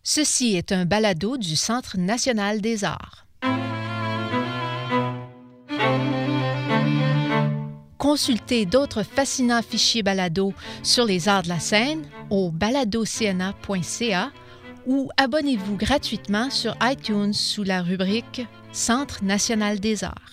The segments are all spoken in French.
Ceci est un balado du Centre national des arts. Consultez d'autres fascinants fichiers balado sur les arts de la scène au baladocna.ca ou abonnez-vous gratuitement sur iTunes sous la rubrique Centre national des arts.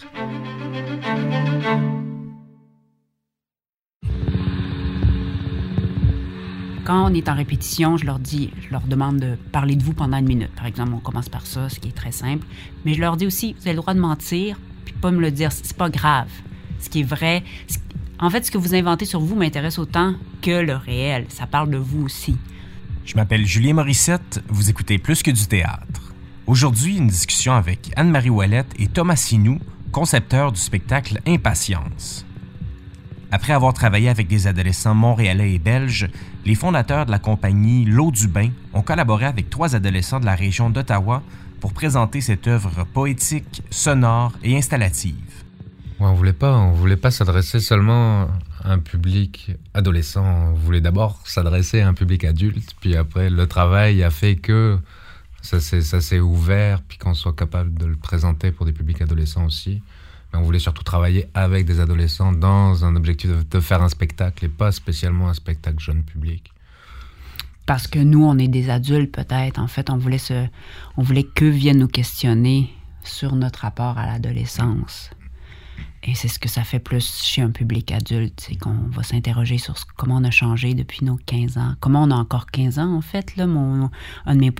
Quand on est en répétition, je leur demande de parler de vous pendant 1 minute. Par exemple, on commence par ça, ce qui est très simple. Mais je leur dis aussi, vous avez le droit de mentir, puis pas me le dire, c'est pas grave. Ce qui est vrai, en fait, ce que vous inventez sur vous m'intéresse autant que le réel. Ça parle de vous aussi. Je m'appelle Julien Morissette, vous écoutez Plus que du théâtre. Aujourd'hui, une discussion avec Anne-Marie Ouellette et Thomas Sinou, concepteurs du spectacle Impatience. Après avoir travaillé avec des adolescents montréalais et belges, les fondateurs de la compagnie L'Eau du Bain ont collaboré avec 3 adolescents de la région d'Ottawa pour présenter cette œuvre poétique, sonore et installative. Ouais, on voulait pas s'adresser seulement à un public adolescent. On voulait d'abord s'adresser à un public adulte, puis après, le travail a fait que ça s'est ouvert, puis qu'on soit capable de le présenter pour des publics adolescents aussi. On voulait surtout travailler avec des adolescents dans un objectif de faire un spectacle et pas spécialement un spectacle jeune public. Parce que nous, on est des adultes peut-être. En fait, on voulait qu'eux viennent nous questionner sur notre rapport à l'adolescence. Et c'est ce que ça fait plus chez un public adulte, c'est qu'on va s'interroger sur comment on a changé depuis nos 15 ans. Comment on a encore 15 ans, en fait. Là, un de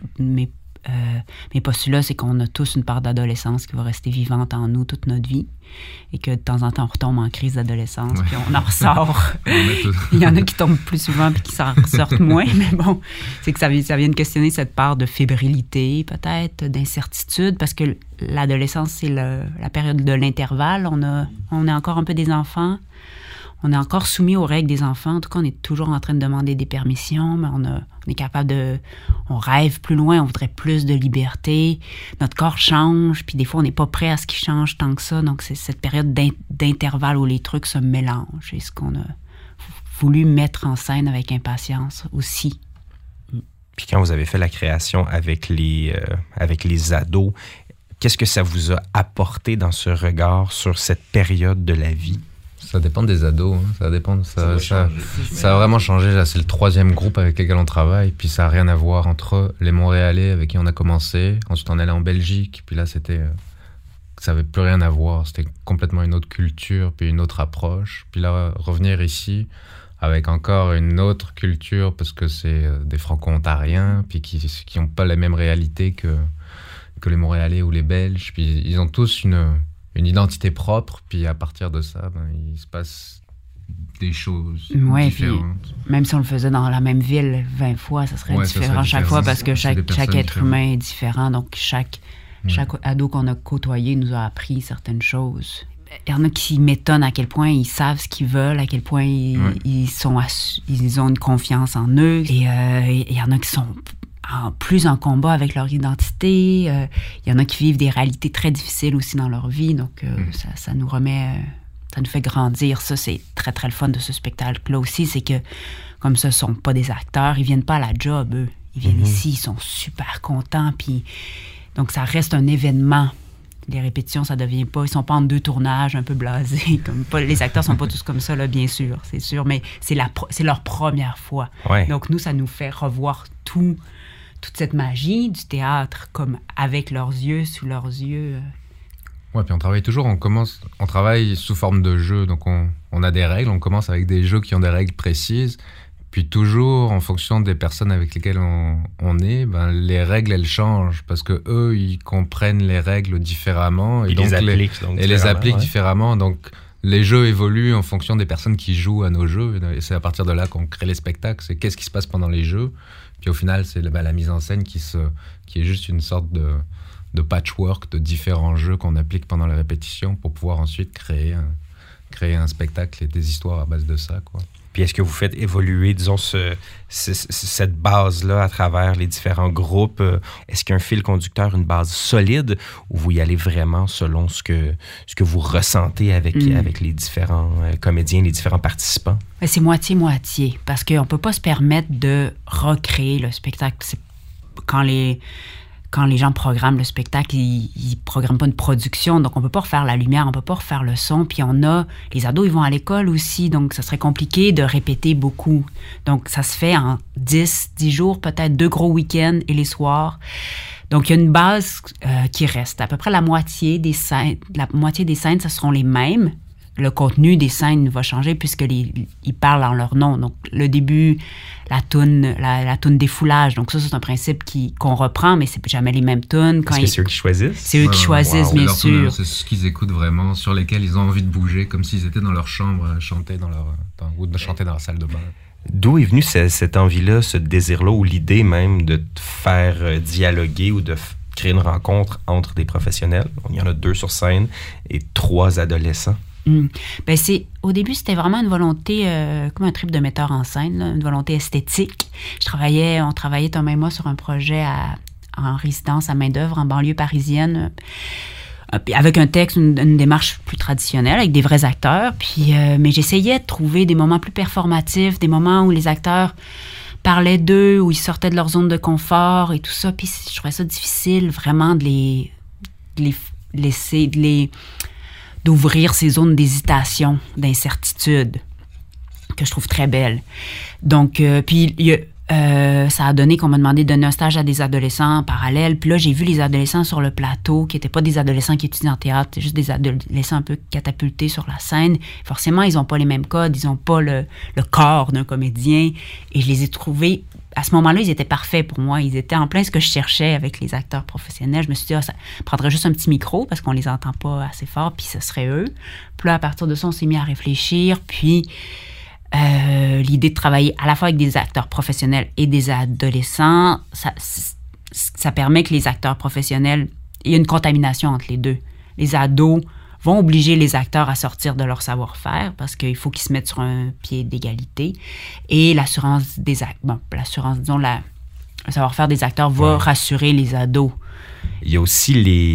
mes postulats, c'est qu'on a tous une part d'adolescence qui va rester vivante en nous toute notre vie et que de temps en temps, on retombe en crise d'adolescence puis on en ressort. Il y en a qui tombent plus souvent puis qui s'en ressortent moins, mais bon, c'est que ça vient de questionner cette part de fébrilité, peut-être, d'incertitude, parce que l'adolescence, c'est la période de l'intervalle. On est encore un peu des enfants. On est encore soumis aux règles des enfants. En tout cas, on est toujours en train de demander des permissions, mais on est capable on rêve plus loin, on voudrait plus de liberté. Notre corps change, puis des fois, on n'est pas prêt à ce qu'il change tant que ça. Donc, c'est cette période d'intervalle où les trucs se mélangent. C'est ce qu'on a voulu mettre en scène avec Impatience aussi. Puis quand vous avez fait la création avec les ados, qu'est-ce que ça vous a apporté dans ce regard sur cette période de la vie? Ça dépend des ados, hein. Ça dépend. Ça a vraiment changé. Là, c'est le 3e groupe avec lequel on travaille. Puis ça n'a rien à voir entre les Montréalais avec qui on a commencé. Ensuite, on est allé en Belgique. Puis là, ça n'avait plus rien à voir. C'était complètement une autre culture, puis une autre approche. Puis là, revenir ici avec encore une autre culture, parce que c'est des Franco-Ontariens, puis qui n'ont pas les mêmes réalités que les Montréalais ou les Belges. Puis ils ont tous une identité propre, puis à partir de ça, il se passe des choses différentes. Puis, même si on le faisait dans la même ville 20 fois, ça serait différent chaque fois, parce que chaque être humain est différent. Donc, chaque ado qu'on a côtoyé nous a appris certaines choses. Il y en a qui m'étonnent à quel point ils savent ce qu'ils veulent, à quel point ils ont une confiance en eux. Et il y en a qui sont plus en combat avec leur identité. Il y en a qui vivent des réalités très difficiles aussi dans leur vie. Donc, ça nous fait grandir. Ça, c'est très, très le fun de ce spectacle-là aussi. C'est que, comme ça, ce ne sont pas des acteurs. Ils ne viennent pas à la job, eux. Ils viennent ici, ils sont super contents. Puis, donc, ça reste un événement. Les répétitions, ça devient pas... Ils sont pas en 2 tournages, un peu blasés. Les acteurs sont pas tous comme ça, là, bien sûr, c'est sûr. Mais c'est leur première fois. Ouais. Donc, nous, ça nous fait revoir toute cette magie du théâtre, comme avec leurs yeux, sous leurs yeux. Ouais, puis on travaille toujours, on travaille sous forme de jeu, donc on a des règles, on commence avec des jeux qui ont des règles précises, puis toujours, en fonction des personnes avec lesquelles on est, les règles, elles changent, parce que eux, ils comprennent les règles différemment, et donc les appliquent différemment, donc les jeux évoluent en fonction des personnes qui jouent à nos jeux, et c'est à partir de là qu'on crée les spectacles, c'est qu'est-ce qui se passe pendant les jeux. Puis au final, c'est la mise en scène qui est juste une sorte de patchwork de différents jeux qu'on applique pendant la répétition pour pouvoir ensuite créer un spectacle et des histoires à base de ça, quoi. Puis est-ce que vous faites évoluer, disons, cette base-là à travers les différents groupes? Est-ce qu'il y a un fil conducteur, une base solide, ou vous y allez vraiment selon ce que vous ressentez avec les différents comédiens, les différents participants? C'est moitié-moitié, parce qu'on ne peut pas se permettre de recréer le spectacle. quand les gens programment le spectacle, ils programment pas une production, donc on peut pas refaire la lumière, on peut pas refaire le son, puis les ados, ils vont à l'école aussi, donc ça serait compliqué de répéter beaucoup. Donc ça se fait en 10 jours, peut-être 2 gros week-ends et les soirs. Donc il y a une base qui reste. À peu près la moitié des scènes, ce seront les mêmes. Le contenu des scènes va changer puisqu'ils parlent en leur nom. Donc, le début, la toune défoulage. Donc, ça, c'est un principe qu'on reprend, mais c'est jamais les mêmes tounes. Est-ce que c'est eux qui choisissent? C'est eux qui choisissent, bien sûr. C'est ce qu'ils écoutent vraiment, sur lesquels ils ont envie de bouger, comme s'ils étaient dans leur chambre à chanter ou de chanter dans la salle de bain. D'où est venue cette envie-là, ce désir-là, ou l'idée même de te faire dialoguer ou de créer une rencontre entre des professionnels? Il y en a 2 sur scène et 3 adolescents. Ben au début, c'était vraiment une volonté, comme un trip de metteur en scène, là, une volonté esthétique. On travaillait Thomas et moi sur un projet en résidence à main-d'œuvre en banlieue parisienne, avec un texte, une démarche plus traditionnelle, avec des vrais acteurs. Puis, mais j'essayais de trouver des moments plus performatifs, des moments où les acteurs parlaient d'eux, où ils sortaient de leur zone de confort et tout ça. Puis je trouvais ça difficile vraiment de les laisser, d'ouvrir ces zones d'hésitation, d'incertitude, que je trouve très belles. Donc, puis ça a donné qu'on m'a demandé de donner un stage à des adolescents en parallèle. Puis là, j'ai vu les adolescents sur le plateau, qui n'étaient pas des adolescents qui étudient en théâtre, c'est juste des adolescents un peu catapultés sur la scène. Forcément, ils n'ont pas les mêmes codes, ils n'ont pas le corps d'un comédien. Et je les ai trouvés... À ce moment-là, ils étaient parfaits pour moi. Ils étaient en plein ce que je cherchais avec les acteurs professionnels. Je me suis dit, ça prendrait juste un petit micro parce qu'on les entend pas assez fort, puis ce serait eux. Puis là, à partir de ça, on s'est mis à réfléchir. Puis l'idée de travailler à la fois avec des acteurs professionnels et des adolescents, ça permet que les acteurs professionnels, il y a une contamination entre les deux. Les ados vont obliger les acteurs à sortir de leur savoir-faire parce qu'il faut qu'ils se mettent sur un pied d'égalité. Et le savoir-faire des acteurs va rassurer les ados. Il y a aussi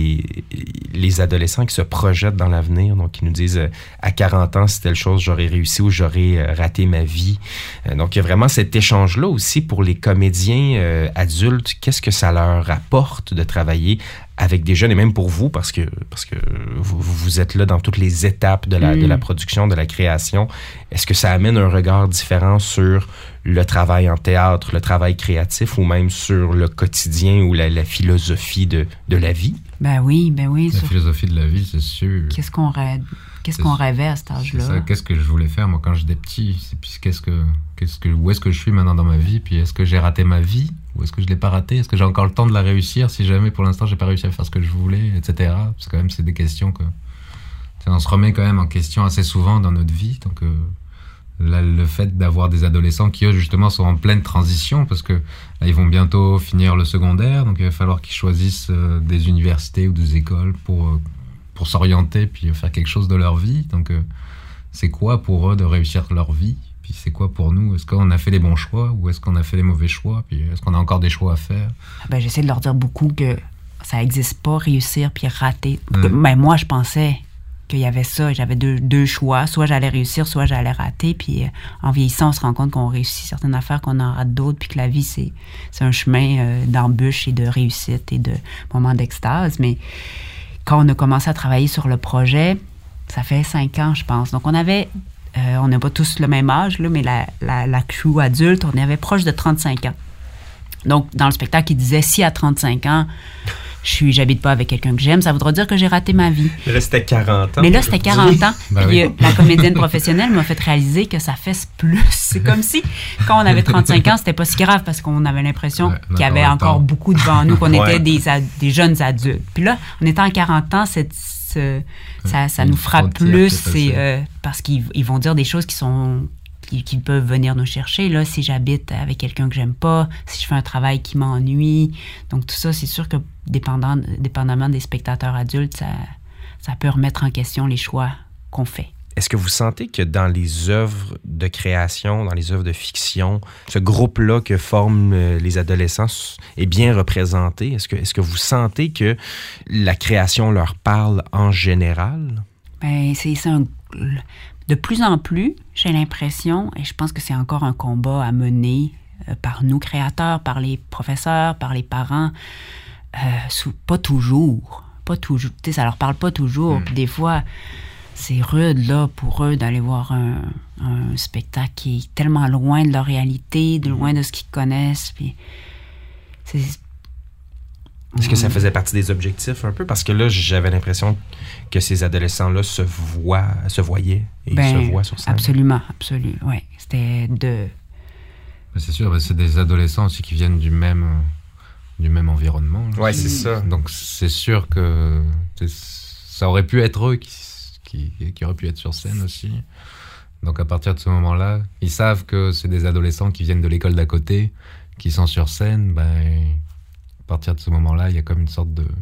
les adolescents qui se projettent dans l'avenir, donc qui nous disent à 40 ans, si telle chose, j'aurais réussi ou j'aurais raté ma vie. Donc, il y a vraiment cet échange-là aussi pour les comédiens adultes. Qu'est-ce que ça leur apporte de travailler avec des jeunes, et même pour vous, parce que vous êtes là dans toutes les étapes de la production, de la création. Est-ce que ça amène un regard différent sur le travail en théâtre, le travail créatif, ou même sur le quotidien ou la philosophie de la vie? Ben oui. La philosophie de la vie, c'est sûr. Qu'est-ce qu'on rêvait à cet âge-là? C'est ça. Qu'est-ce que je voulais faire, moi, quand j'étais petit? Puis où est-ce que je suis maintenant dans ma vie? Puis est-ce que j'ai raté ma vie? Ou est-ce que je l'ai pas raté? Est-ce que j'ai encore le temps de la réussir si jamais, pour l'instant, j'ai pas réussi à faire ce que je voulais, etc. Parce que quand même, c'est des questions que... On se remet quand même en question assez souvent dans notre vie. Donc, là, le fait d'avoir des adolescents qui, eux, justement, sont en pleine transition, parce que là, ils vont bientôt finir le secondaire, donc il va falloir qu'ils choisissent des universités ou des écoles pour s'orienter puis faire quelque chose de leur vie. Donc, c'est quoi pour eux de réussir leur vie? Puis c'est quoi pour nous? Est-ce qu'on a fait les bons choix ou est-ce qu'on a fait les mauvais choix? Puis est-ce qu'on a encore des choix à faire? J'essaie de leur dire beaucoup que ça n'existe pas, réussir puis rater. Moi, je pensais qu'il y avait ça. J'avais deux choix. Soit j'allais réussir, soit j'allais rater. Puis en vieillissant, on se rend compte qu'on réussit certaines affaires, qu'on en rate d'autres, puis que la vie, c'est un chemin d'embûches et de réussite et de moments d'extase. Mais quand on a commencé à travailler sur le projet, ça fait 5 ans, je pense. Donc, on n'a pas tous le même âge, là, mais la crew adulte, on avait proche de 35 ans. Donc, dans le spectacle, il disait, si à 35 ans, j'habite pas avec quelqu'un que j'aime, ça voudra dire que j'ai raté ma vie. Mais là, c'était 40 ans. Mais là, c'était 40 ans. Puis, la comédienne professionnelle m'a fait réaliser que ça fait plus. C'est comme si, quand on avait 35 ans, c'était pas si grave parce qu'on avait l'impression qu'il y avait encore beaucoup devant nous, qu'on était des jeunes adultes. Puis là, en étant à 40 ans, ça nous frappe plus parce qu'ils vont dire des choses qui peuvent venir nous chercher. Là, si j'habite avec quelqu'un que j'aime pas, si je fais un travail qui m'ennuie. Donc, tout ça, c'est sûr que dépendamment des spectateurs adultes, ça peut remettre en question les choix qu'on fait. Est-ce que vous sentez que dans les œuvres de création, dans les œuvres de fiction, ce groupe-là que forment les adolescents est bien représenté? Est-ce que vous sentez que la création leur parle en général? De plus en plus, j'ai l'impression, et je pense que c'est encore un combat à mener par nous créateurs, par les professeurs, par les parents. Pas toujours. Tu sais, ça leur parle pas toujours. Puis des fois, c'est rude, là, pour eux d'aller voir un spectacle qui est tellement loin de leur réalité, loin de ce qu'ils connaissent. Puis Est-ce que ça faisait partie des objectifs un peu? Parce que là, j'avais l'impression que ces adolescents-là se voyaient et se voient sur scène. Absolument. Oui, c'était de... C'est sûr, c'est des adolescents aussi qui viennent du même environnement. Oui, c'est ça. Donc c'est sûr que ça aurait pu être eux qui auraient pu être sur scène aussi. Donc à partir de ce moment-là, ils savent que c'est des adolescents qui viennent de l'école d'à côté, qui sont sur scène, à partir de ce moment-là, il y a comme une sorte de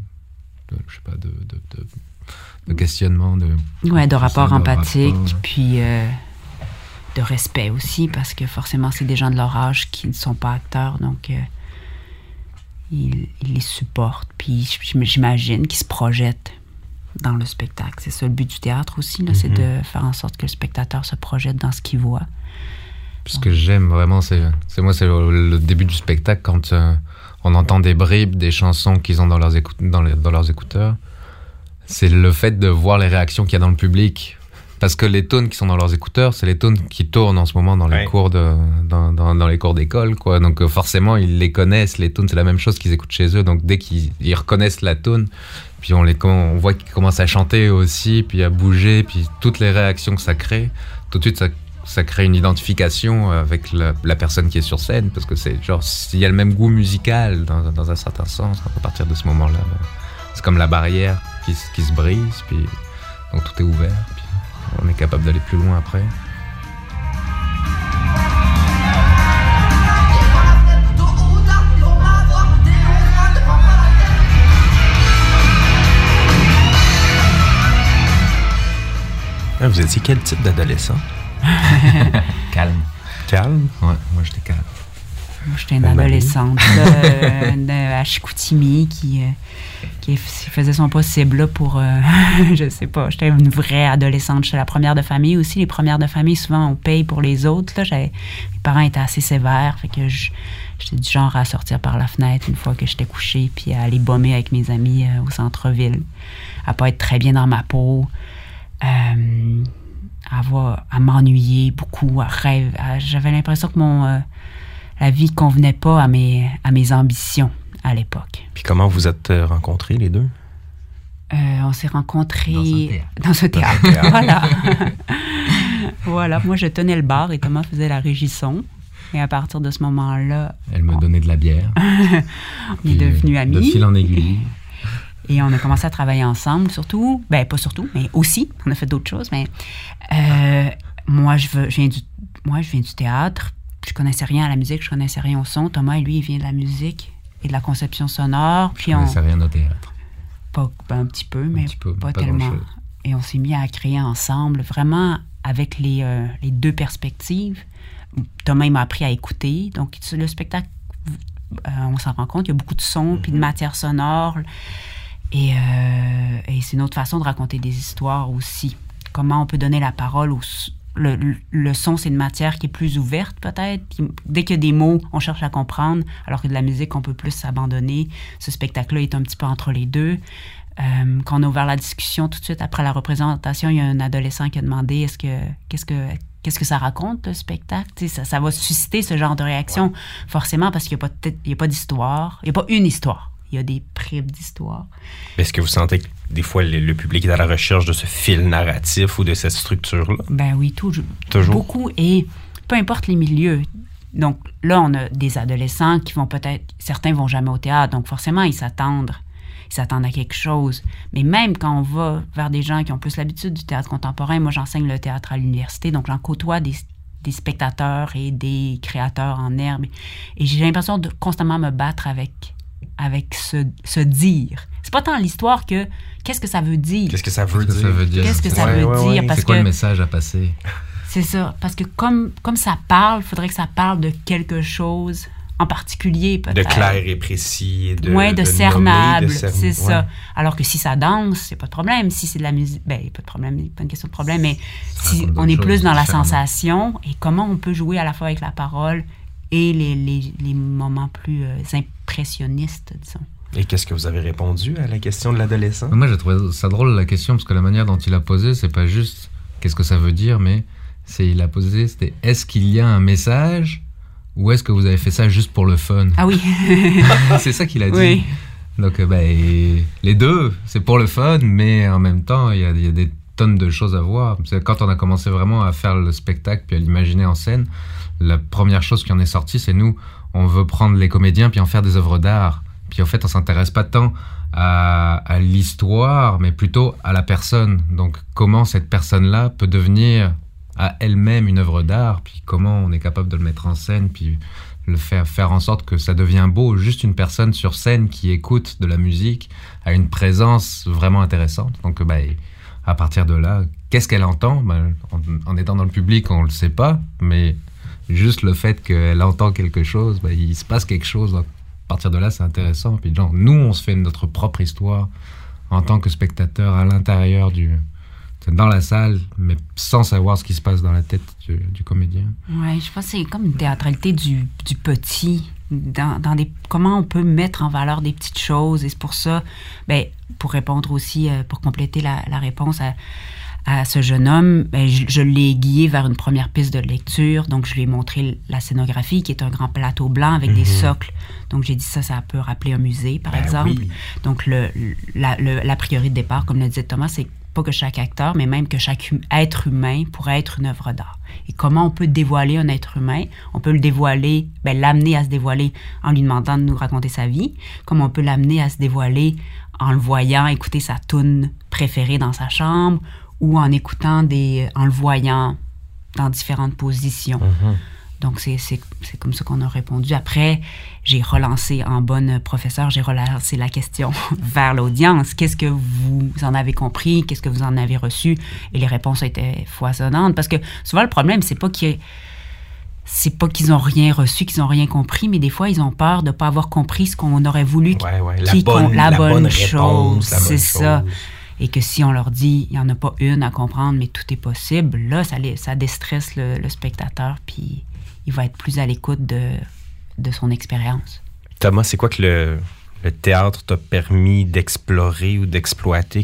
questionnement. De rapport empathique, puis de respect aussi, parce que forcément, c'est des gens de leur âge qui ne sont pas acteurs, donc ils les supportent, puis j'imagine qu'ils se projettent dans le spectacle. C'est ça le but du théâtre aussi, là, c'est de faire en sorte que le spectateur se projette dans ce qu'il voit. Ce que j'aime vraiment, c'est le début du spectacle, quand on entend des bribes, des chansons qu'ils ont dans leurs écouteurs. C'est le fait de voir les réactions qu'il y a dans le public. Parce que les tunes qui sont dans leurs écouteurs, c'est les tunes qui tournent en ce moment dans les cours dans les cours d'école, quoi. Donc forcément, ils les connaissent, les tunes, c'est la même chose qu'ils écoutent chez eux. Donc dès qu'ils reconnaissent la tune, puis on voit qu'ils commencent à chanter aussi, puis à bouger, puis toutes les réactions que ça crée, tout de suite, ça crée une identification avec la personne qui est sur scène, parce que c'est genre, s'il y a le même goût musical dans un certain sens, à partir de ce moment-là, c'est comme la barrière qui se brise, puis donc tout est ouvert, puis on est capable d'aller plus loin après. Vous étiez quel type d'adolescent? Calme. Calme? Ouais, moi j'étais calme. Moi, j'étais une adolescente de Chicoutimi qui faisait son possible là, pour... je sais pas, j'étais une vraie adolescente. J'étais la première de famille aussi. Les premières de famille, souvent, on paye pour les autres. Là, mes parents étaient assez sévères, fait que j'étais du genre à sortir par la fenêtre une fois que j'étais couchée, puis à aller bomber avec mes amis au centre-ville, à pas être très bien dans ma peau, à m'ennuyer beaucoup, à rêver. J'avais l'impression que la vie ne convenait pas à mes ambitions à l'époque. Puis comment vous êtes rencontrés, les deux? On s'est rencontrés dans ce théâtre. Voilà. Voilà. Moi, je tenais le bar et Thomas faisait la régie son. Et à partir de ce moment-là... Elle me donnait de la bière. On est devenus amis. De fil en aiguille. Et on a commencé à travailler ensemble, surtout. Ben, pas surtout, mais aussi. On a fait d'autres choses. Mais moi, je viens du théâtre. Je connaissais rien à la musique, je connaissais rien au son. Thomas, lui, il vient de la musique et de la conception sonore. Puis je connaissais rien au théâtre. Un petit peu, mais pas tellement. Et on s'est mis à créer ensemble, vraiment avec les deux perspectives. Thomas, il m'a appris à écouter. Donc, le spectacle, on s'en rend compte, il y a beaucoup de sons puis de matière sonore. Et c'est une autre façon de raconter des histoires aussi. Comment on peut donner la parole le son, c'est une matière qui est plus ouverte, peut-être. Dès qu'il y a des mots, on cherche à comprendre, alors que de la musique, on peut plus s'abandonner. Ce spectacle-là est un petit peu entre les deux. Quand on a ouvert la discussion, tout de suite, après la représentation, il y a un adolescent qui a demandé qu'est-ce que ça raconte, le spectacle? Ça va susciter ce genre de réaction, forcément, parce qu'il n'y a pas d'histoire. Il n'y a pas une histoire. Il y a des bribes d'histoire. Est-ce que vous sentez que des fois le public est à la recherche de ce fil narratif ou de cette structure-là? Ben oui, toujours. Beaucoup, et peu importe les milieux. Donc là, on a des adolescents qui vont peut-être... Certains vont jamais au théâtre, donc forcément, ils s'attendent à quelque chose. Mais même quand on va vers des gens qui ont plus l'habitude du théâtre contemporain, moi, j'enseigne le théâtre à l'université, donc j'en côtoie des spectateurs et des créateurs en herbe. Et j'ai l'impression de constamment me battre avec ce dire. C'est pas tant l'histoire que qu'est-ce que ça veut dire. Qu'est-ce que ça veut dire? Qu'est-ce que ça veut dire? C'est quoi le message à passer? C'est ça. Parce que comme ça parle, il faudrait que ça parle de quelque chose en particulier, peut-être. De clair et précis. De cernable, c'est ça. Alors que si ça danse, c'est pas de problème. Si c'est de la musique, ben, pas de problème, pas une question de problème, mais si on est plus dans la sensation et comment on peut jouer à la fois avec la parole et les moments plus impressionnistes, disons. Et qu'est-ce que vous avez répondu à la question de l'adolescent? Moi, j'ai trouvé ça drôle, la question, parce que la manière dont il a posé, c'est pas juste qu'est-ce que ça veut dire, mais il a posé, c'était est-ce qu'il y a un message ou est-ce que vous avez fait ça juste pour le fun? Ah oui. C'est ça qu'il a dit. Oui. Donc, les deux, c'est pour le fun, mais en même temps, il y a des tonnes de choses à voir. Quand on a commencé vraiment à faire le spectacle puis à l'imaginer en scène, la première chose qui en est sortie, c'est nous, on veut prendre les comédiens puis en faire des œuvres d'art. Puis en fait, on s'intéresse pas tant à l'histoire, mais plutôt à la personne. Donc, comment cette personne-là peut devenir à elle-même une œuvre d'art, puis comment on est capable de le mettre en scène, puis le faire en sorte que ça devient beau. Juste une personne sur scène qui écoute de la musique a une présence vraiment intéressante. Donc, à partir de là, qu'est-ce qu'elle entend? En étant dans le public, on le sait pas, mais juste le fait qu'elle entend quelque chose, il se passe quelque chose. Donc, à partir de là, c'est intéressant. Puis genre, nous, on se fait notre propre histoire en tant que spectateur à l'intérieur dans la salle, mais sans savoir ce qui se passe dans la tête du comédien. Oui, je pense que c'est comme une théâtralité du petit, comment on peut mettre en valeur des petites choses. Et c'est pour ça, pour répondre aussi, pour compléter la réponse à ce jeune homme, je l'ai guidé vers une première piste de lecture. Donc, je lui ai montré la scénographie, qui est un grand plateau blanc avec des socles. Donc, j'ai dit ça peut rappeler un musée, par exemple. Oui. Donc, la priorité de départ, comme le disait Thomas, c'est pas que chaque acteur, mais même que chaque être humain pourrait être une œuvre d'art. Et comment on peut dévoiler un être humain? On peut le dévoiler, l'amener à se dévoiler en lui demandant de nous raconter sa vie. Comment on peut l'amener à se dévoiler en le voyant écouter sa toune préférée dans sa chambre, ou en le voyant dans différentes positions. Donc, c'est comme ça qu'on a répondu. Après, j'ai relancé, en bonne professeure, la question vers l'audience. Qu'est-ce que vous en avez compris? Qu'est-ce que vous en avez reçu? Et les réponses étaient foisonnantes. Parce que souvent, le problème, c'est pas qu'ils n'ont rien reçu, qu'ils n'ont rien compris, mais des fois, ils ont peur de ne pas avoir compris ce qu'on aurait voulu la bonne chose. C'est ça. Et que si on leur dit, il n'y en a pas une à comprendre, mais tout est possible, là, ça déstresse le spectateur, puis il va être plus à l'écoute de son expérience. Thomas, c'est quoi que le théâtre t'a permis d'explorer ou d'exploiter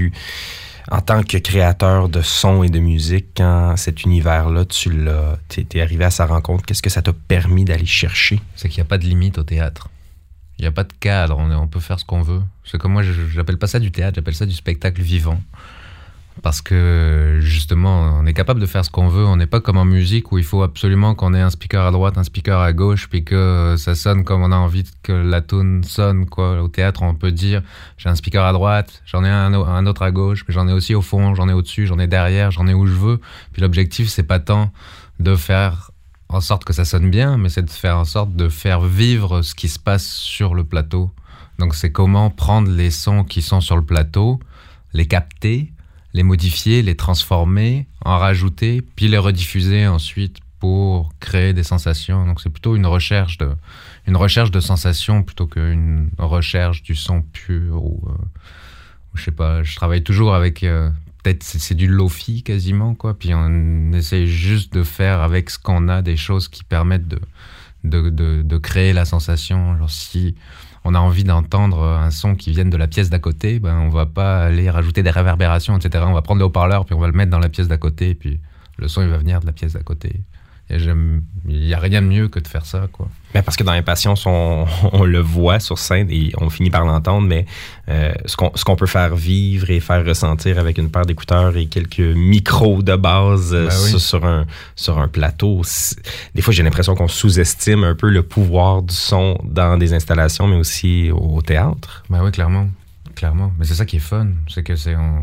en tant que créateur de son et de musique, quand cet univers-là, t'es arrivé à sa rencontre, qu'est-ce que ça t'a permis d'aller chercher? C'est qu'il n'y a pas de limite au théâtre. Il n'y a pas de cadre, on peut faire ce qu'on veut. C'est comme moi, je n'appelle pas ça du théâtre, j'appelle ça du spectacle vivant. Parce que, justement, on est capable de faire ce qu'on veut. On n'est pas comme en musique où il faut absolument qu'on ait un speaker à droite, un speaker à gauche, puis que ça sonne comme on a envie que la tune sonne, quoi. Au théâtre, on peut dire, j'ai un speaker à droite, j'en ai un autre à gauche, puis j'en ai aussi au fond, j'en ai au-dessus, j'en ai derrière, j'en ai où je veux. Puis l'objectif, c'est pas tant de faire en sorte que ça sonne bien, mais c'est de faire en sorte de faire vivre ce qui se passe sur le plateau. Donc c'est comment prendre les sons qui sont sur le plateau, les capter, les modifier, les transformer, en rajouter, puis les rediffuser ensuite pour créer des sensations. Donc c'est plutôt une recherche de sensations plutôt qu'une recherche du son pur. Ou je sais pas, je travaille toujours avec... peut-être c'est du lo-fi quasiment, quoi. Puis on essaie juste de faire avec ce qu'on a des choses qui permettent de créer la sensation. Genre si on a envie d'entendre un son qui vienne de la pièce d'à côté, on va pas aller rajouter des réverbérations, etc. On va prendre le haut-parleur puis on va le mettre dans la pièce d'à côté, puis le son il va venir de la pièce d'à côté. Il n'y a rien de mieux que de faire ça, quoi. Mais parce que dans Impatience, on le voit sur scène et on finit par l'entendre, mais ce qu'on peut faire vivre et faire ressentir avec une paire d'écouteurs et quelques micros de base sur un plateau, des fois j'ai l'impression qu'on sous-estime un peu le pouvoir du son dans des installations, mais aussi au théâtre. Ben oui, clairement. Mais c'est ça qui est fun, c'est que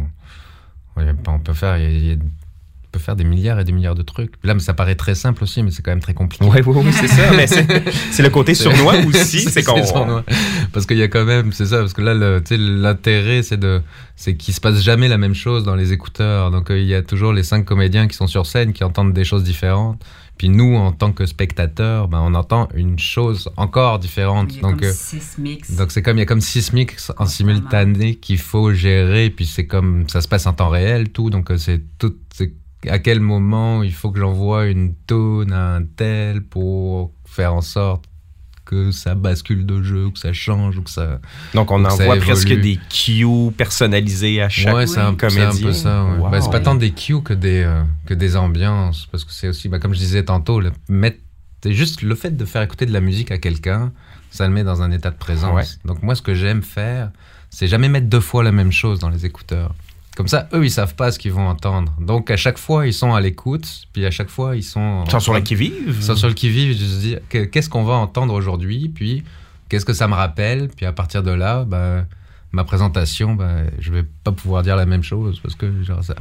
on peut faire... faire des milliards et des milliards de trucs. Puis là, ça paraît très simple aussi, mais c'est quand même très compliqué. Oui, c'est ça. Mais c'est le côté sournois aussi. c'est sournois. Parce qu'il y a quand même, c'est ça, parce que là, l'intérêt, c'est qu'il se passe jamais la même chose dans les écouteurs. Donc, il y a toujours les 5 comédiens qui sont sur scène, qui entendent des choses différentes. Puis nous, en tant que spectateurs, on entend une chose encore différente. Il y a comme 6 mix. Donc il y a comme 6 mix en simultané qu'il faut gérer. Puis c'est comme, ça se passe en temps réel, tout. Donc c'est à quel moment il faut que j'envoie une toune à un tel pour faire en sorte que ça bascule de jeu, que ça change, ou que ça. Donc, on envoie presque des cues personnalisés à chaque comédien. C'est un peu ça. Ouais. Wow. C'est pas tant des cues que des ambiances, parce que c'est aussi, comme je disais tantôt, c'est juste le fait de faire écouter de la musique à quelqu'un, ça le met dans un état de présence. Ouais. Donc, moi, ce que j'aime faire, c'est jamais mettre 2 fois la même chose dans les écouteurs. Comme ça, eux, ils savent pas ce qu'ils vont entendre. Donc, à chaque fois, ils sont à l'écoute, puis à chaque fois, ils sont sur le qui-vive. Ils sont sur le qui-vive, je me dis, qu'est-ce qu'on va entendre aujourd'hui, puis qu'est-ce que ça me rappelle, puis à partir de là, ma présentation, je vais pas pouvoir dire la même chose, parce que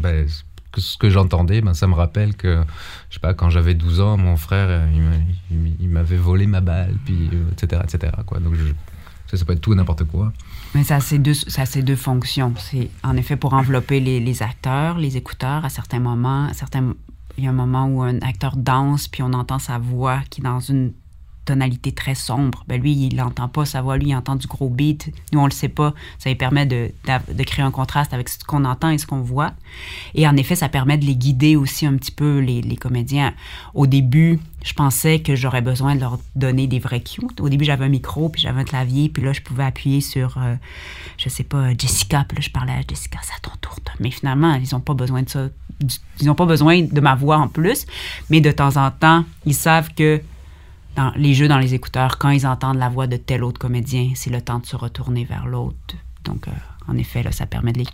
ce que j'entendais, ça me rappelle que, je sais pas, quand j'avais 12 ans, mon frère, il m'avait volé ma balle, puis etc., quoi. Donc, ça peut être tout et n'importe quoi. Mais ça a ces deux fonctions. C'est en effet pour envelopper les acteurs, les écouteurs à certains moments. Il y a un moment où un acteur danse, puis on entend sa voix qui est dans une tonalité très sombre. Lui, il n'entend pas sa voix. Lui, il entend du gros beat. Nous, on le sait pas. Ça lui permet de créer un contraste avec ce qu'on entend et ce qu'on voit. Et en effet, ça permet de les guider aussi un petit peu, les comédiens. Au début, je pensais que j'aurais besoin de leur donner des vrais cues. Au début, j'avais un micro, puis j'avais un clavier, puis là, je pouvais appuyer sur, je sais pas, Jessica, puis là, je parlais à Jessica, c'est à ton tour. Mais finalement, ils n'ont pas besoin de ça. Ils n'ont pas besoin de ma voix en plus, mais de temps en temps, ils savent que dans les jeux dans les écouteurs, quand ils entendent la voix de tel autre comédien, c'est le temps de se retourner vers l'autre. Donc, en effet, là, ça permet de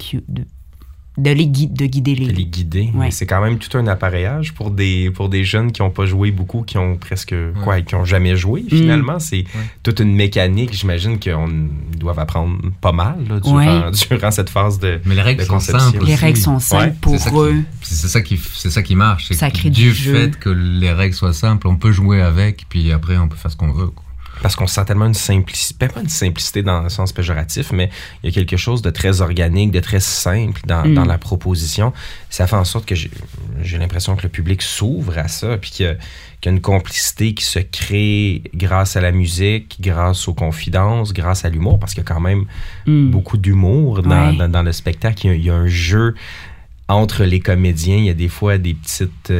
les guider. De les guider. Ouais. Mais c'est quand même tout un appareillage pour des jeunes qui n'ont pas joué beaucoup, qui ont presque qui n'ont jamais joué. Finalement, c'est toute une mécanique. J'imagine qu'ils doivent apprendre pas mal là, durant cette phase de Mais les règles sont simples. Les règles sont simples pour eux. C'est ça qui marche. C'est ça crée du fait que les règles soient simples, on peut jouer avec, puis après, on peut faire ce qu'on veut, quoi. Parce qu'on sent tellement une simplicité, pas une simplicité dans le sens péjoratif, mais il y a quelque chose de très organique, de très simple dans la proposition. Ça fait en sorte que j'ai l'impression que le public s'ouvre à ça, puis qu'il y a une complicité qui se crée grâce à la musique, grâce aux confidences, grâce à l'humour, parce qu'il y a quand même beaucoup d'humour dans le spectacle. Il y a un jeu entre les comédiens, il y a des fois des petites...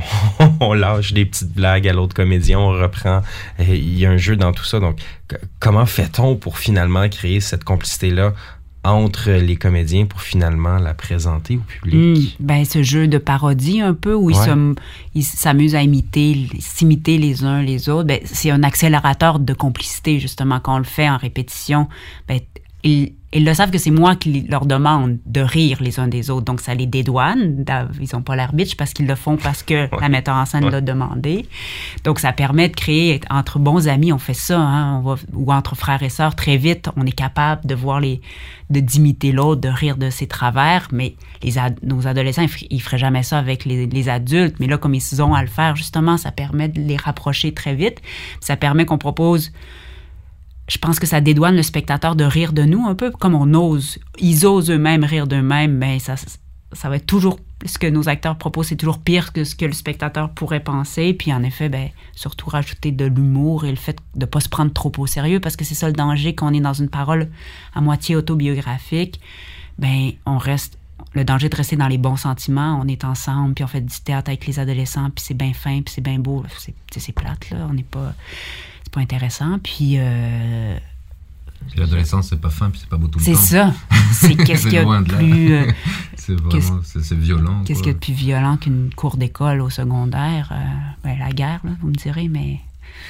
on lâche des petites blagues à l'autre comédien, on reprend. Il y a un jeu dans tout ça. Donc, comment fait-on pour finalement créer cette complicité-là entre les comédiens pour finalement la présenter au public? Ce jeu de parodie un peu, où ils s'amusent à s'imiter les uns les autres, c'est un accélérateur de complicité, justement. Quand on le fait en répétition, ils le savent que c'est moi qui leur demande de rire les uns des autres. Donc, ça les dédouane. Ils n'ont pas l'air bitch parce qu'ils le font parce que la metteur en scène l'a demandé. Donc, ça permet de créer, entre bons amis, on fait ça, ou entre frères et sœurs, très vite, on est capable de voir d'imiter l'autre, de rire de ses travers. Mais nos adolescents, ils ne feraient jamais ça avec les adultes. Mais là, comme ils ont à le faire, justement, ça permet de les rapprocher très vite. Ça permet qu'on propose... Je pense que ça dédouane le spectateur de rire de nous, un peu comme ils osent eux-mêmes rire d'eux-mêmes, mais ça va être toujours, ce que nos acteurs proposent, c'est toujours pire que ce que le spectateur pourrait penser. Puis en effet, surtout rajouter de l'humour et le fait de ne pas se prendre trop au sérieux, parce que c'est ça le danger quand on est dans une parole à moitié autobiographique. On reste... Le danger de rester dans les bons sentiments, on est ensemble, puis on fait du théâtre avec les adolescents, puis c'est bien fin, puis c'est bien beau. C'est plate, là, on n'est pas... C'est pas intéressant, puis... L'adolescence, c'est pas fin, puis c'est pas beau tout le temps. C'est ça. C'est qu'est-ce qu'il y a de plus... c'est vraiment... C'est violent. Qu'est-ce qu'il y a de plus violent qu'une cour d'école au secondaire? La guerre, là, vous me direz, mais...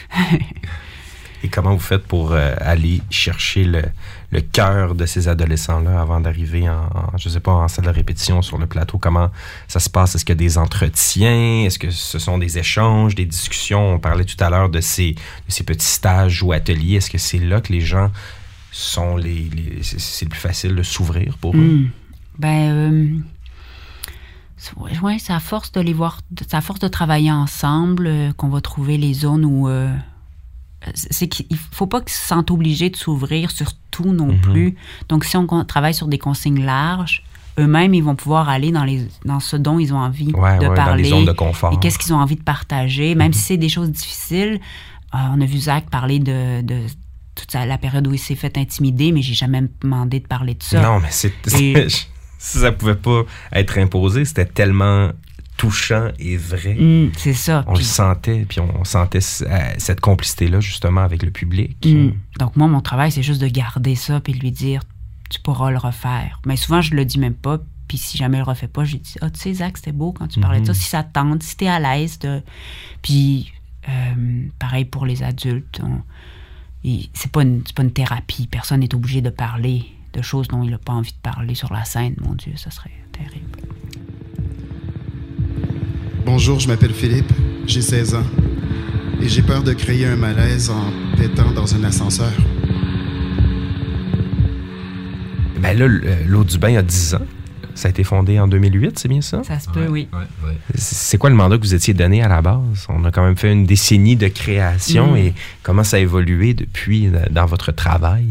Et comment vous faites pour aller chercher le cœur de ces adolescents-là avant d'arriver je sais pas, en salle de répétition sur le plateau? Comment ça se passe? Est-ce qu'il y a des entretiens? Est-ce que ce sont des échanges, des discussions? On parlait tout à l'heure de ces petits stages ou ateliers. Est-ce que c'est là que les gens sont c'est le plus facile de s'ouvrir pour eux? Oui, c'est à force de les voir, c'est à force de travailler ensemble qu'on va trouver les zones où... c'est qu'il ne faut pas qu'ils se sentent obligés de s'ouvrir sur tout non plus. Donc, si on travaille sur des consignes larges, eux-mêmes, ils vont pouvoir aller dans ce dont ils ont envie de parler. Dans les zones de confort. Et qu'est-ce qu'ils ont envie de partager. Même si c'est des choses difficiles. On a vu Zach parler de toute la période où il s'est fait intimider, mais j'ai jamais demandé de parler de ça. Non, mais si ça pouvait pas être imposé, c'était tellement touchant et vrai. C'est ça. On le sentait, puis on sentait cette complicité-là, justement, avec le public. Donc, moi, mon travail, c'est juste de garder ça puis de lui dire, tu pourras le refaire. Mais souvent, je le dis même pas. Puis si jamais je le refais pas, je lui dis, tu sais, Zach, c'était beau quand tu parlais de ça. Si ça te tente, si t'es à l'aise. Puis, pareil pour les adultes. C'est pas une thérapie. Personne n'est obligé de parler de choses dont il n'a pas envie de parler sur la scène. Mon Dieu, ça serait terrible. Bonjour, je m'appelle Philippe, j'ai 16 ans. Et j'ai peur de créer un malaise en pétant dans un ascenseur. Ben là, l'Eau du Bain a 10 ans. Ça a été fondé en 2008, c'est bien ça? Ça se peut, oui. Ouais. C'est quoi le mandat que vous étiez donné à la base? On a quand même fait une décennie de création et comment ça a évolué depuis dans votre travail?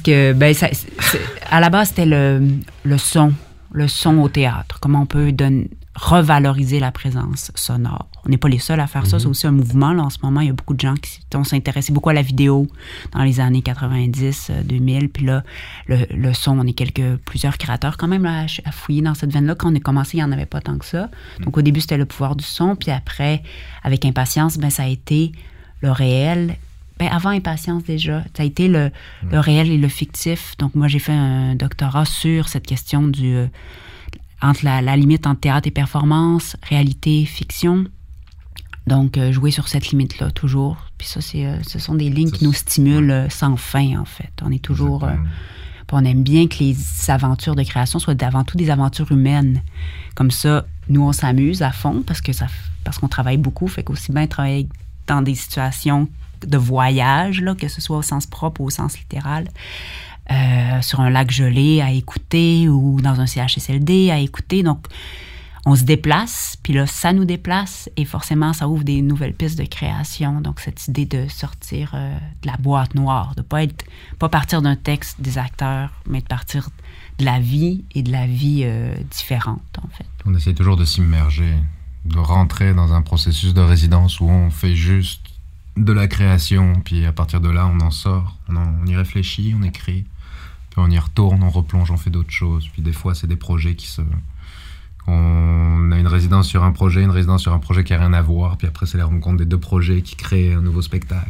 À la base, c'était le son au théâtre. Comment on peut revaloriser la présence sonore. On n'est pas les seuls à faire ça. C'est aussi un mouvement. Là, en ce moment, il y a beaucoup de gens qui s'intéressaient beaucoup à la vidéo dans les années 90, 2000. Puis là, le son, on est plusieurs créateurs quand même là, à fouiller dans cette veine-là. Quand on a commencé, il n'y en avait pas tant que ça. Donc, au début, c'était le pouvoir du son. Puis après, avec Impatience, ça a été le réel. Avant Impatience, déjà, ça a été le réel et le fictif. Donc, moi, j'ai fait un doctorat sur cette question entre la limite entre théâtre et performance, réalité, fiction. Donc, jouer sur cette limite-là, toujours. Puis ça, ce sont des lignes qui nous stimulent sans fin, en fait. On est toujours... on aime bien que les aventures de création soient avant tout des aventures humaines. Comme ça, nous, on s'amuse à fond parce qu'on travaille beaucoup. Fait qu'aussi bien travailler dans des situations de voyage, là, que ce soit au sens propre ou au sens littéral. Sur un lac gelé à écouter ou dans un CHSLD à écouter. Donc, on se déplace, puis là, ça nous déplace et forcément, ça ouvre des nouvelles pistes de création. Donc, cette idée de sortir de la boîte noire, de pas partir d'un texte des acteurs, mais de partir de la vie et de la vie différente, en fait. On essaie toujours de s'immerger, de rentrer dans un processus de résidence où on fait juste de la création, puis à partir de là, on en sort, on y réfléchit, on écrit. On y retourne, on replonge, on fait d'autres choses. Puis des fois, c'est des projets on a une résidence sur un projet qui n'a rien à voir. Puis après, c'est la rencontre des deux projets qui créent un nouveau spectacle.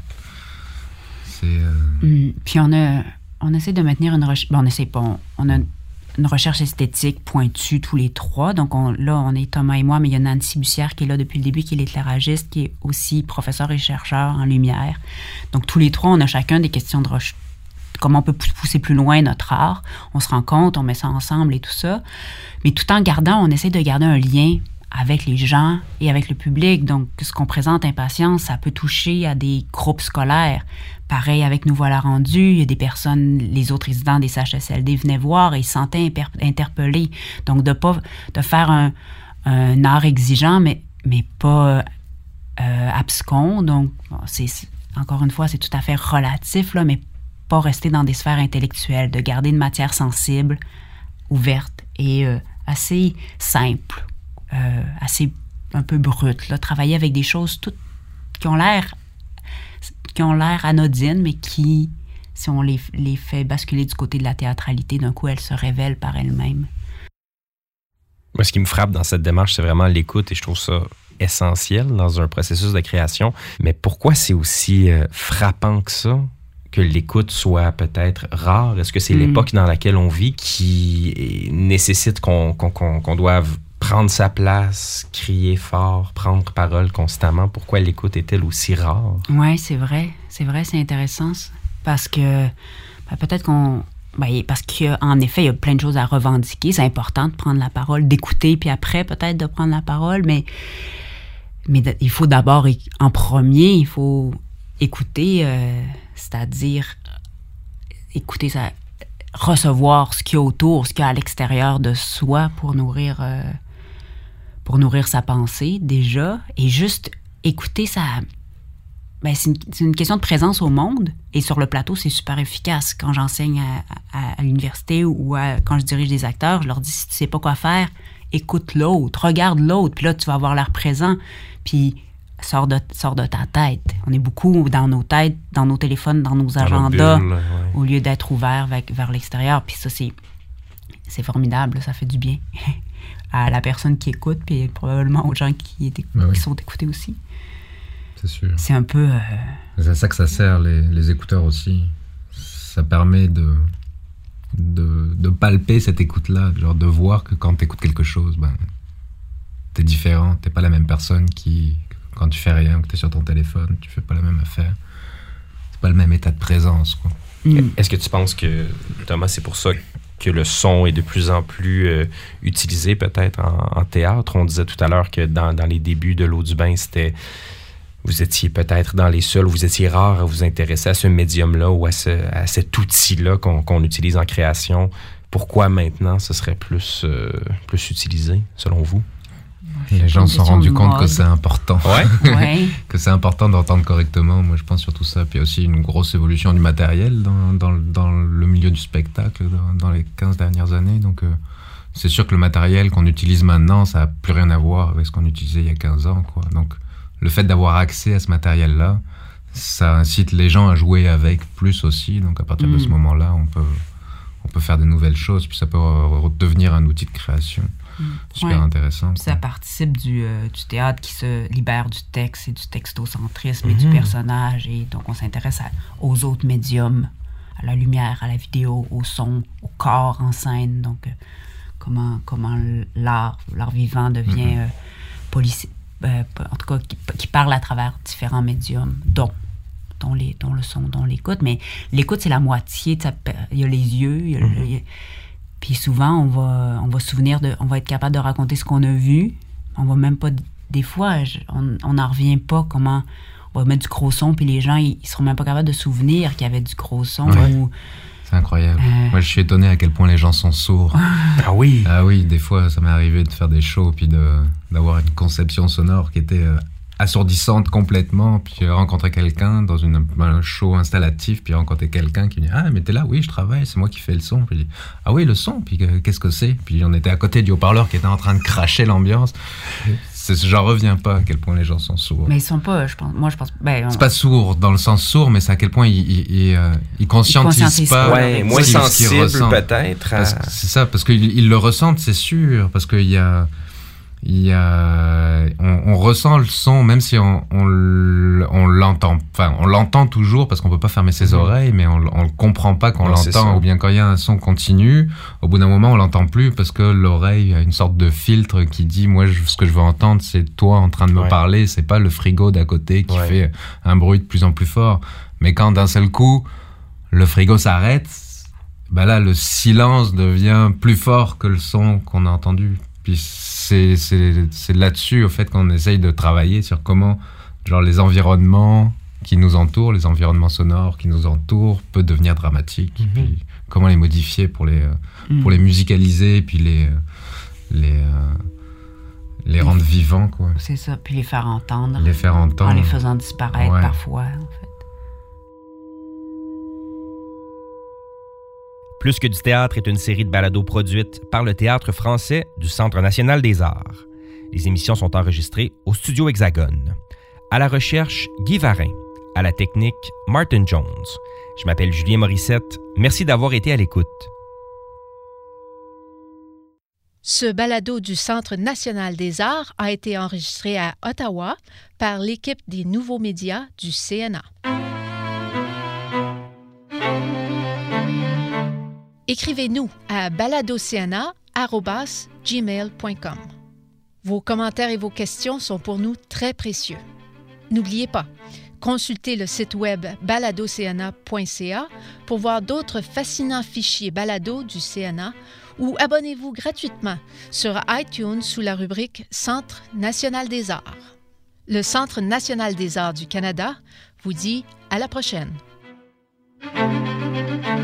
Puis on essaie de maintenir une recherche... on essaie pas. On a une recherche esthétique pointue tous les trois. Donc on est Thomas et moi, mais il y a Nancy Bussière qui est là depuis le début, qui est l'éclairagiste, qui est aussi professeur et chercheur en lumière. Donc tous les trois, on a chacun des questions de recherche. Comment on peut pousser plus loin notre art. On se rend compte, on met ça ensemble et tout ça. Mais tout en on essaie de garder un lien avec les gens et avec le public. Donc, ce qu'on présente Impatience, ça peut toucher à des groupes scolaires. Pareil avec Nous voilà rendus, il y a des personnes, les autres résidents des CHSLD venaient voir et ils se sentaient interpellés. Donc, de faire un art exigeant, mais pas abscon. Donc, encore une fois, c'est tout à fait relatif, là, mais pas rester dans des sphères intellectuelles, de garder une matière sensible, ouverte et assez simple, assez un peu brute. Là. Travailler avec des choses toutes qui ont l'air anodines, mais qui, si on les fait basculer du côté de la théâtralité, d'un coup, elles se révèlent par elles-mêmes. Moi, ce qui me frappe dans cette démarche, c'est vraiment l'écoute et je trouve ça essentiel dans un processus de création. Mais pourquoi c'est aussi frappant que ça? Que l'écoute soit peut-être rare? Est-ce que c'est l'époque dans laquelle on vit qui nécessite qu'on doive prendre sa place, crier fort, prendre parole constamment? Pourquoi l'écoute est-elle aussi rare? Oui, c'est vrai, c'est intéressant. Parce que peut-être parce qu'en effet, il y a plein de choses à revendiquer. C'est important de prendre la parole, d'écouter, puis après, peut-être de prendre la parole. Mais il faut d'abord, en premier, il faut écouter... c'est-à-dire écouter ça, recevoir ce qu'il y a autour, ce qu'il y a à l'extérieur de soi pour nourrir sa pensée déjà, et juste écouter ça. C'est une question de présence au monde, et sur le plateau, c'est super efficace. Quand j'enseigne à l'université ou quand je dirige des acteurs, je leur dis, si tu sais pas quoi faire, écoute l'autre, regarde l'autre, puis là, tu vas avoir l'air présent, puis sors de ta tête. On est beaucoup dans nos têtes, dans nos téléphones, dans nos agendas, au lieu d'être ouverts vers l'extérieur. Puis ça, c'est formidable, ça fait du bien. à la personne qui écoute, puis probablement aux gens qui sont écoutés aussi. C'est sûr. C'est un peu... C'est à ça que ça sert, les écouteurs aussi. Ça permet de palper cette écoute-là, genre de voir que quand tu écoutes quelque chose, t'es différent, t'es pas la même personne quand tu fais rien, que t'es sur ton téléphone, tu fais pas la même affaire. C'est pas le même état de présence, quoi. Est-ce que tu penses que, Thomas, c'est pour ça que le son est de plus en plus utilisé peut-être en théâtre? On disait tout à l'heure que dans les débuts de L'eau du bain, vous étiez peut-être dans les seuls, vous étiez rare à vous intéresser à ce médium-là ou à cet outil-là qu'on utilise en création. Pourquoi maintenant ce serait plus utilisé, selon vous? Les gens se sont rendus compte que c'est important. Ouais. Que c'est important d'entendre correctement. Moi, je pense surtout ça. Puis il y a aussi une grosse évolution du matériel dans le milieu du spectacle dans les 15 dernières années. Donc, c'est sûr que le matériel qu'on utilise maintenant, ça n'a plus rien à voir avec ce qu'on utilisait il y a 15 ans, quoi. Donc, le fait d'avoir accès à ce matériel-là, ça incite les gens à jouer avec plus aussi. Donc, à partir de ce moment-là, on peut faire de nouvelles choses. Puis ça peut devenir un outil de création. Super intéressant. Ça participe du théâtre qui se libère du texte et du textocentrisme et du personnage. Et donc, on s'intéresse aux autres médiums, à la lumière, à la vidéo, au son, au corps en scène. Donc, comment l'art vivant devient en tout cas, qui parle à travers différents médiums, dont le son, dont l'écoute. Mais l'écoute, c'est la moitié. Il y a les yeux, puis souvent, on va être capable de raconter ce qu'on a vu. On va même pas... Des fois, on n'en revient pas comment... On va mettre du gros son, puis les gens, ils seront même pas capables de se souvenir qu'il y avait du gros son. Ouais. C'est incroyable. Moi, je suis étonné à quel point les gens sont sourds. Ah oui? Ah oui, des fois, ça m'est arrivé de faire des shows, puis d'avoir une conception sonore qui était... assourdissante complètement, puis rencontrer quelqu'un dans un show installatif, puis rencontrer quelqu'un qui me dit « Ah, mais t'es là? Oui, je travaille, c'est moi qui fais le son. » Puis je dis « Ah oui, le son? Puis qu'est-ce que c'est? » Puis on était à côté du haut-parleur qui était en train de cracher l'ambiance. J'en reviens pas à quel point les gens sont sourds. Mais ils sont pas, je pense... C'est pas sourd dans le sens sourd, mais c'est à quel point ils conscientisent pas. Ouais, moins sensible peut-être. C'est ça, parce qu'ils le ressentent, c'est sûr, parce qu'il y a... on ressent le son, même si on l'entend. Enfin, on l'entend toujours parce qu'on peut pas fermer ses oreilles, mais on le comprend pas quand on l'entend. Ou bien quand il y a un son continu, au bout d'un moment, on l'entend plus parce que l'oreille a une sorte de filtre qui dit, moi, ce que je veux entendre, c'est toi en train de me parler. C'est pas le frigo d'à côté qui fait un bruit de plus en plus fort. Mais quand d'un seul coup, le frigo s'arrête, là, le silence devient plus fort que le son qu'on a entendu. Puis c'est là-dessus, au fait, qu'on essaye de travailler sur comment, les environnements qui nous entourent, les environnements sonores qui nous entourent, peuvent devenir dramatiques. Puis comment les modifier pour les musicaliser, puis les rendre vivants, quoi. C'est ça, puis les faire entendre. En les faisant disparaître parfois, en fait. Plus que du théâtre est une série de balados produites par le Théâtre français du Centre national des arts. Les émissions sont enregistrées au Studio Hexagone. À la recherche, Guy Varin. À la technique, Martin Jones. Je m'appelle Julien Morissette. Merci d'avoir été à l'écoute. Ce balado du Centre national des arts a été enregistré à Ottawa par l'équipe des nouveaux médias du CNA. Écrivez-nous à baladocna@gmail.com. Vos commentaires et vos questions sont pour nous très précieux. N'oubliez pas, consultez le site web baladocna.ca pour voir d'autres fascinants fichiers balado du CNA ou abonnez-vous gratuitement sur iTunes sous la rubrique Centre national des arts. Le Centre national des arts du Canada vous dit à la prochaine.